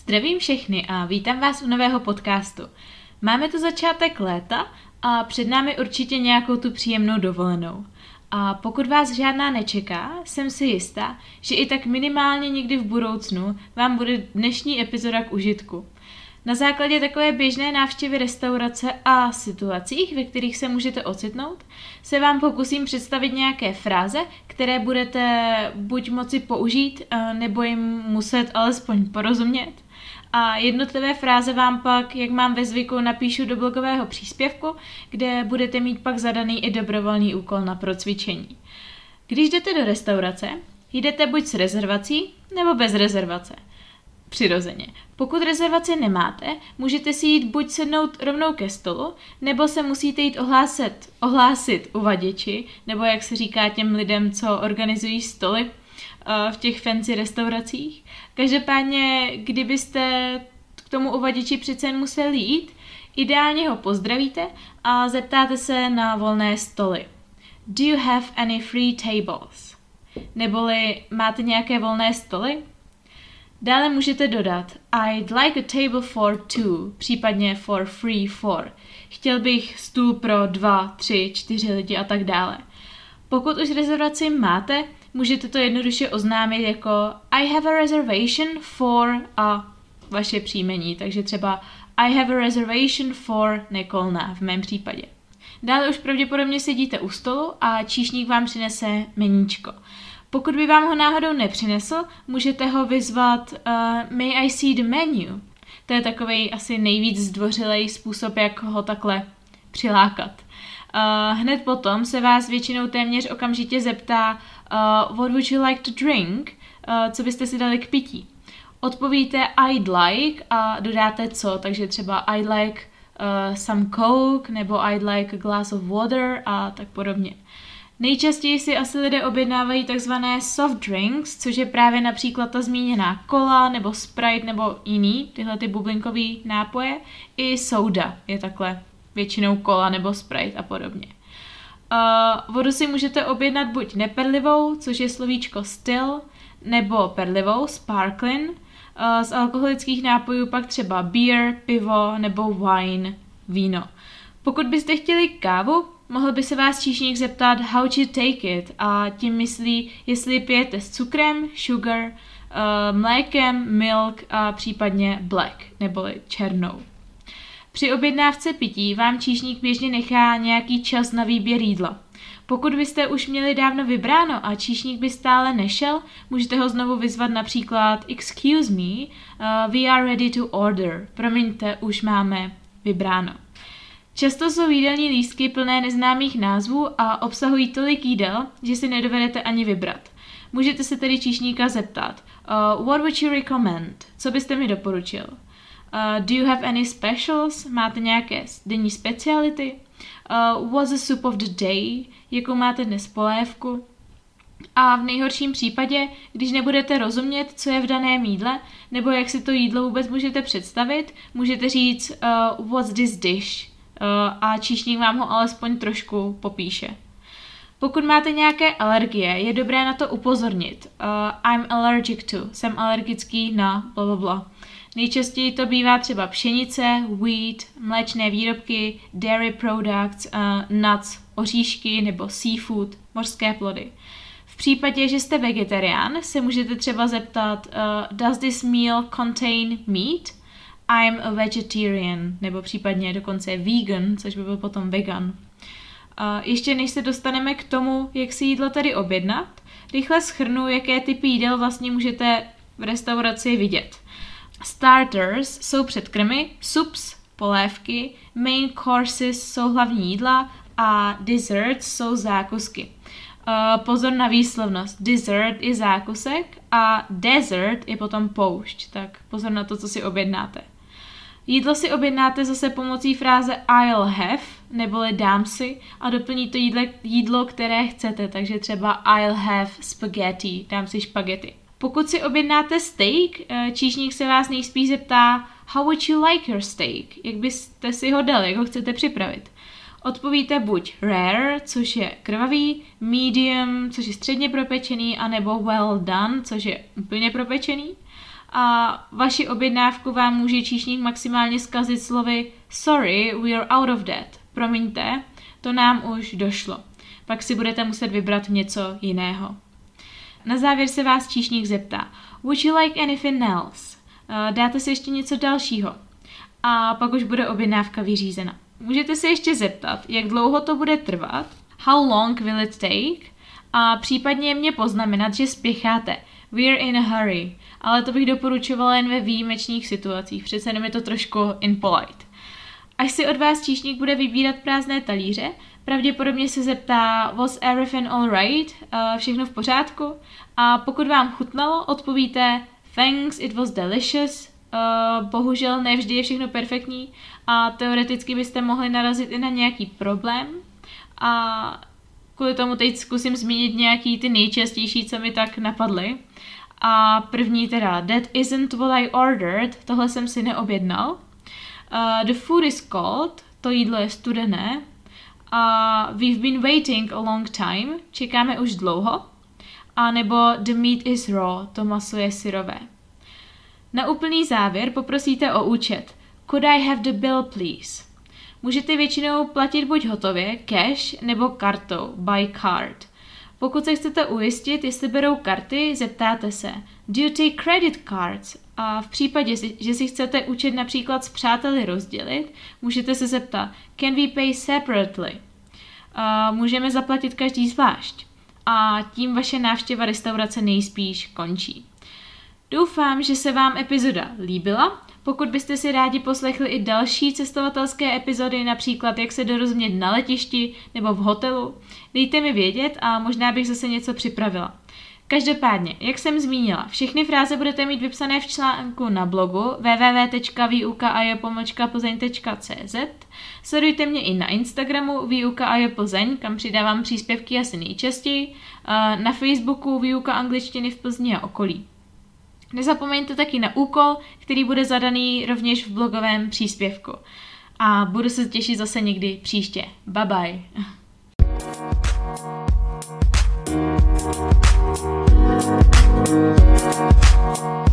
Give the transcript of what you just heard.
Zdravím všechny a vítám vás u nového podcastu. Máme tu začátek léta a před námi určitě nějakou tu příjemnou dovolenou. A pokud vás žádná nečeká, jsem si jistá, že i tak minimálně někdy v budoucnu vám bude dnešní epizoda k užitku. Na základě takové běžné návštěvy restaurace a situacích, ve kterých se můžete ocitnout, se vám pokusím představit nějaké fráze, které budete buď moci použít, nebo jim muset alespoň porozumět. A jednotlivé fráze vám pak, jak mám ve zvyku, napíšu do blogového příspěvku, kde budete mít pak zadaný i dobrovolný úkol na procvičení. Když jdete do restaurace, jdete buď s rezervací, nebo bez rezervace. Přirozeně. Pokud rezervaci nemáte, můžete si jít buď sednout rovnou ke stolu, nebo se musíte jít ohlásit uvaděči, nebo jak se říká těm lidem, co organizují stoly v těch fancy restauracích. Každopádně, kdybyste k tomu uvaděči přece jen museli jít, ideálně ho pozdravíte a zeptáte se na volné stoly. Do you have any free tables? Neboli máte nějaké volné stoly? Dále můžete dodat I'd like a table for two, případně for free for. Chtěl bych stůl pro 2, 3, 4 lidi a tak dále. Pokud už rezervaci máte, můžete to jednoduše oznámit jako I have a reservation for a vaše příjmení, takže třeba I have a reservation for Nikolna v mém případě. Dále už pravděpodobně sedíte u stolu a číšník vám přinese meníčko. Pokud by vám ho náhodou nepřinesl, můžete ho vyzvat May I see the menu? To je takovej asi nejvíc zdvořilej způsob, jak ho takhle přilákat. Hned potom se vás většinou téměř okamžitě zeptá What would you like to drink? Co byste si dali k pití? Odpovíte I'd like a dodáte co, takže třeba I'd like some coke nebo I'd like a glass of water a tak podobně. Nejčastěji si asi lidé objednávají takzvané soft drinks, což je právě například ta zmíněná cola nebo Sprite nebo jiný, tyhle ty bublinkový nápoje. I soda je takhle většinou cola nebo Sprite a podobně. Vodu si můžete objednat buď neperlivou, což je slovíčko still, nebo perlivou, sparkling. Z alkoholických nápojů pak třeba beer, pivo nebo wine, víno. Pokud byste chtěli kávu, mohl by se vás číšník zeptat how do you take it a tím myslí, jestli pijete s cukrem, sugar, mlékem, milk a případně black, neboli černou. Při objednávce pití vám číšník běžně nechá nějaký čas na výběr jídla. Pokud byste už měli dávno vybráno a číšník by stále nešel, můžete ho znovu vyzvat například Excuse me, we are ready to order. Promiňte, už máme vybráno. Často jsou jídelní lístky plné neznámých názvů a obsahují tolik jídel, že si nedovedete ani vybrat. Můžete se tedy číšníka zeptat What would you recommend? Co byste mi doporučil? Do you have any specials? Máte nějaké denní speciality? What's the soup of the day? Jakou máte dnes polévku? A v nejhorším případě, když nebudete rozumět, co je v daném jídle, nebo jak si to jídlo vůbec můžete představit, můžete říct What's this dish? A číšník vám ho alespoň trošku popíše. Pokud máte nějaké alergie, je dobré na to upozornit. I'm allergic to, jsem alergický na blablabla. Nejčastěji to bývá třeba pšenice, wheat, mléčné výrobky, dairy products, nuts, oříšky nebo seafood, mořské plody. V případě, že jste vegetarián, se můžete třeba zeptat Does this meal contain meat? I'm a vegetarian, nebo případně dokonce vegan, což by byl potom vegan. Ještě než se dostaneme k tomu, jak si jídlo tady objednat, rychle shrnu, jaké typy jídel vlastně můžete v restauraci vidět. Starters jsou předkrmy, soups, polévky, main courses jsou hlavní jídla a desserts jsou zákusky. Pozor na výslovnost. Dessert je zákusek a desert je potom poušť, tak pozor na to, co si objednáte. Jídlo si objednáte zase pomocí fráze I'll have, neboli dám si, a doplní to jídlo, které chcete, takže třeba I'll have spaghetti, dám si špagety. Pokud si objednáte steak, číšník se vás nejspíš zeptá How would you like your steak? Jak byste si ho dali, jak ho chcete připravit? Odpovíte buď rare, což je krvavý, medium, což je středně propečený, anebo well done, což je úplně propečený. a vaši objednávku vám může číšník maximálně zkazit slovy sorry, we are out of that. Promiňte, to nám už došlo. Pak si budete muset vybrat něco jiného. Na závěr se vás číšník zeptá would you like anything else? Dáte si ještě něco dalšího? A pak už bude objednávka vyřízena. Můžete se ještě zeptat, jak dlouho to bude trvat, how long will it take, a případně mě poznamenat, že spěcháte. We're in a hurry. Ale to bych doporučovala jen ve výjimečných situacích, přece jenom je to trošku impolite. Až si od vás číšník bude vybírat prázdné talíře, pravděpodobně se zeptá was everything alright, všechno v pořádku, a pokud vám chutnalo, odpovíte thanks, it was delicious, bohužel nevždy je všechno perfektní a teoreticky byste mohli narazit i na nějaký problém, a kvůli tomu teď zkusím zmínit nějaký ty nejčastější, co mi tak napadly. A první teda, that isn't what I ordered, tohle jsem si neobjednal. The food is cold, to jídlo je studené. We've been waiting a long time, čekáme už dlouho. A nebo the meat is raw, to maso je syrové. Na úplný závěr poprosíte o účet. Could I have the bill, please? Můžete většinou platit buď hotově, cash, nebo kartou, by card. Pokud se chcete ujistit, jestli berou karty, zeptáte se do you take credit cards? A v případě, že si chcete účet například s přáteli rozdělit, můžete se zeptat can we pay separately? Můžeme zaplatit každý zvlášť. A tím vaše návštěva restaurace nejspíš končí. Doufám, že se vám epizoda líbila. Pokud byste si rádi poslechli i další cestovatelské epizody, například jak se dorozumět na letišti nebo v hotelu, dejte mi vědět a možná bych zase něco připravila. Každopádně, jak jsem zmínila, všechny fráze budete mít vypsané v článku na blogu www.vyuka.plzeň.cz. Sledujte mě i na Instagramu vyuka.plzeň, kam přidávám příspěvky asi nejčastěji, na Facebooku Výuka angličtiny v Plzni a okolí. Nezapomeňte taky na úkol, který bude zadaný rovněž v blogovém příspěvku. A budu se těšit zase někdy příště. Bye bye.